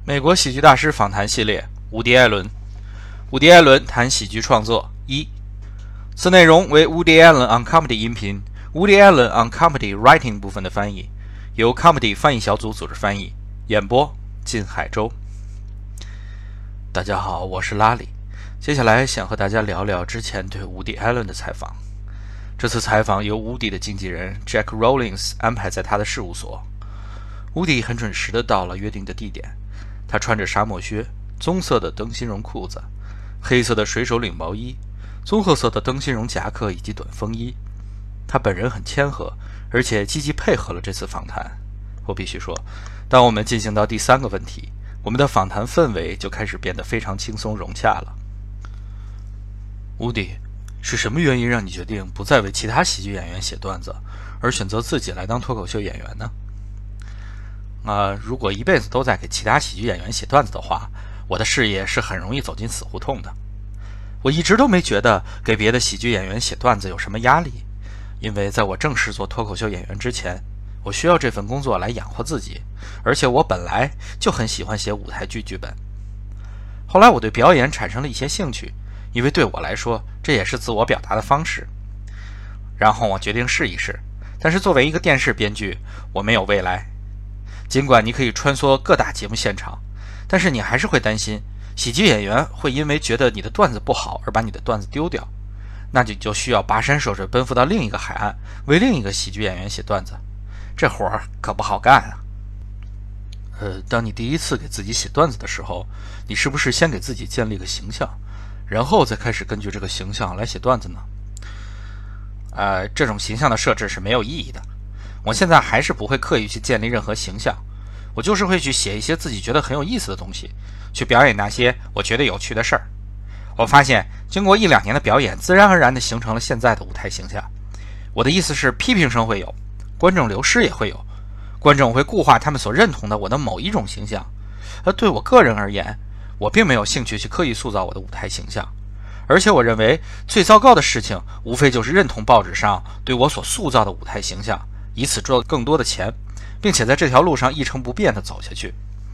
美国喜剧大师访谈系列，伍迪·艾伦。伍迪·艾伦谈喜剧创作一。此内容为 Woody Allen on Comedy 音频 ，Woody Allen on Comedy Writing 部分的翻译，由 Comedy 翻译小组组织翻译，演播靳海洲。大家好，我是拉里。接下来想和大家聊聊之前对伍迪·艾伦的采访。这次采访由伍迪的经纪人 Jack Rollins 安排在他的事务所。伍迪很准时地到了约定的地点。他穿着沙漠靴、棕色的灯芯绒裤子、黑色的水手领毛衣、棕褐色的灯芯绒夹克以及短风衣。他本人很谦和，而且积极配合了这次访谈。我必须说，当我们进行到第三个问题，我们的访谈氛围就开始变得非常轻松融洽了。伍迪，是什么原因让你决定不再为其他喜剧演员写段子，而选择自己来当脱口秀演员呢？如果一辈子都在给其他喜剧演员写段子的话，我的事业是很容易走进死胡同的。我一直都没觉得给别的喜剧演员写段子有什么压力，因为在我正式做脱口秀演员之前，我需要这份工作来养活自己，而且我本来就很喜欢写舞台剧剧本。后来我对表演产生了一些兴趣，因为对我来说，这也是自我表达的方式。然后我决定试一试，但是作为一个电视编剧，我没有未来。尽管你可以穿梭各大节目现场，但是你还是会担心喜剧演员会因为觉得你的段子不好而把你的段子丢掉，那你就需要跋山涉水奔赴到另一个海岸，为另一个喜剧演员写段子，这活儿可不好干啊。当你第一次给自己写段子的时候，你是不是先给自己建立个形象，然后再开始根据这个形象来写段子呢？这种形象的设置是没有意义的。我现在还是不会刻意去建立任何形象，我就是会去写一些自己觉得很有意思的东西，去表演那些我觉得有趣的事儿。我发现经过1-2年的表演，自然而然地形成了现在的舞台形象。我的意思是，批评声会有，观众流失也会有，观众会固化他们所认同的我的某一种形象。而对我个人而言，我并没有兴趣去刻意塑造我的舞台形象，而且我认为最糟糕的事情无非就是认同报纸上对我所塑造的舞台形象，以此赚更多的钱，并且在这条路上一成不变地走下去。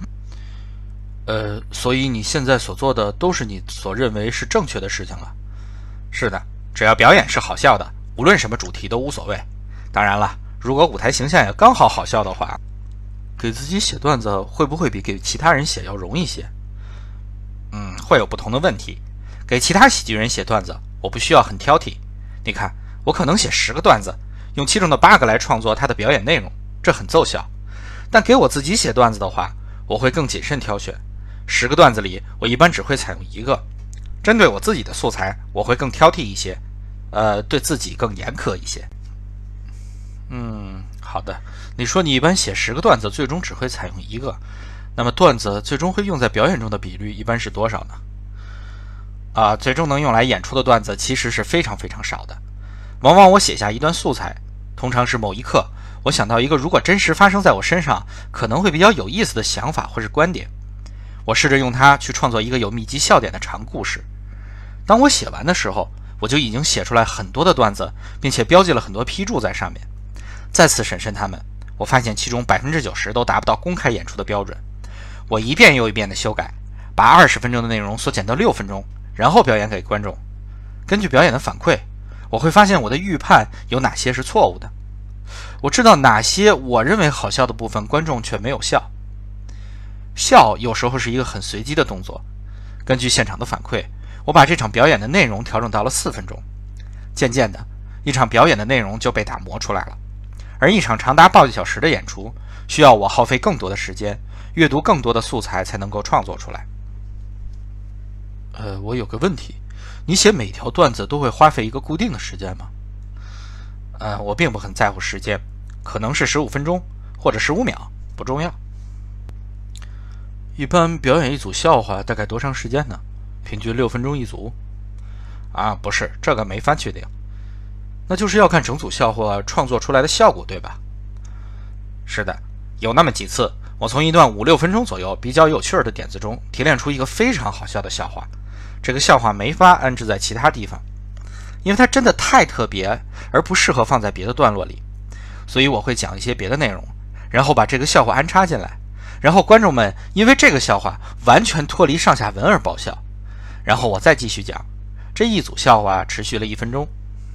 所以你现在所做的都是你所认为是正确的事情了？是的，只要表演是好笑的，无论什么主题都无所谓。当然了，如果舞台形象也刚好好笑的话，给自己写段子会不会比给其他人写要容易些？会有不同的问题。给其他喜剧人写段子，我不需要很挑剔。你看，我可能写10个段子，用其中的8个来创作他的表演内容，这很奏效。但给我自己写段子的话，我会更谨慎挑选。10个段子里，我一般只会采用1个。针对我自己的素材，我会更挑剔一些，对自己更严苛一些。好的。你说你一般写10个段子，最终只会采用1个，那么段子最终会用在表演中的比率一般是多少呢？最终能用来演出的段子其实是非常非常少的。往往我写下一段素材，通常是某一刻我想到一个如果真实发生在我身上可能会比较有意思的想法或是观点，我试着用它去创作一个有密集笑点的长故事。当我写完的时候，我就已经写出来很多的段子，并且标记了很多批注在上面。再次审慎它们，我发现其中90%都达不到公开演出的标准。我一遍又一遍的修改，把20分钟的内容缩减到6分钟，然后表演给观众。根据表演的反馈，我会发现我的预判有哪些是错误的。我知道哪些我认为好笑的部分观众却没有笑。笑有时候是一个很随机的动作。根据现场的反馈，我把这场表演的内容调整到了4分钟。渐渐的，一场表演的内容就被打磨出来了。而一场长达半个小时的演出，需要我耗费更多的时间，阅读更多的素材才能够创作出来。我有个问题，你写每条段子都会花费一个固定的时间吗？我并不很在乎时间，可能是15分钟或者15秒，不重要。一般表演一组笑话大概多长时间呢？平均6分钟一组？不是，这个没法确定。那就是要看整组笑话创作出来的效果，对吧？是的，有那么几次，我从一段5-6分钟左右比较有趣的点子中提炼出一个非常好笑的笑话。这个笑话没法安置在其他地方，因为它真的太特别，而不适合放在别的段落里。所以我会讲一些别的内容，然后把这个笑话安插进来， 然后观众们因为这个笑话完全脱离上下文而爆笑，然后我再继续讲，这一组笑话持续了1分钟。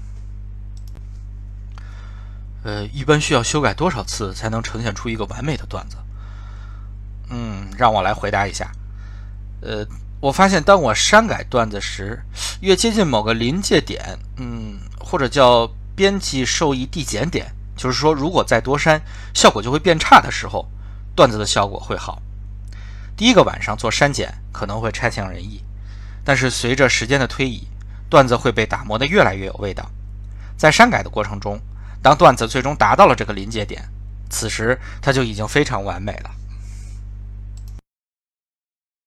一般需要修改多少次才能呈现出一个完美的段子？让我来回答一下。我发现当我删改段子时，越接近某个临界点，或者叫编辑受益递减点，就是说如果再多删，效果就会变差的时候，段子的效果会好。第一个晚上做删减可能会差强人意，但是随着时间的推移，段子会被打磨得越来越有味道。在删改的过程中，当段子最终达到了这个临界点，此时它就已经非常完美了。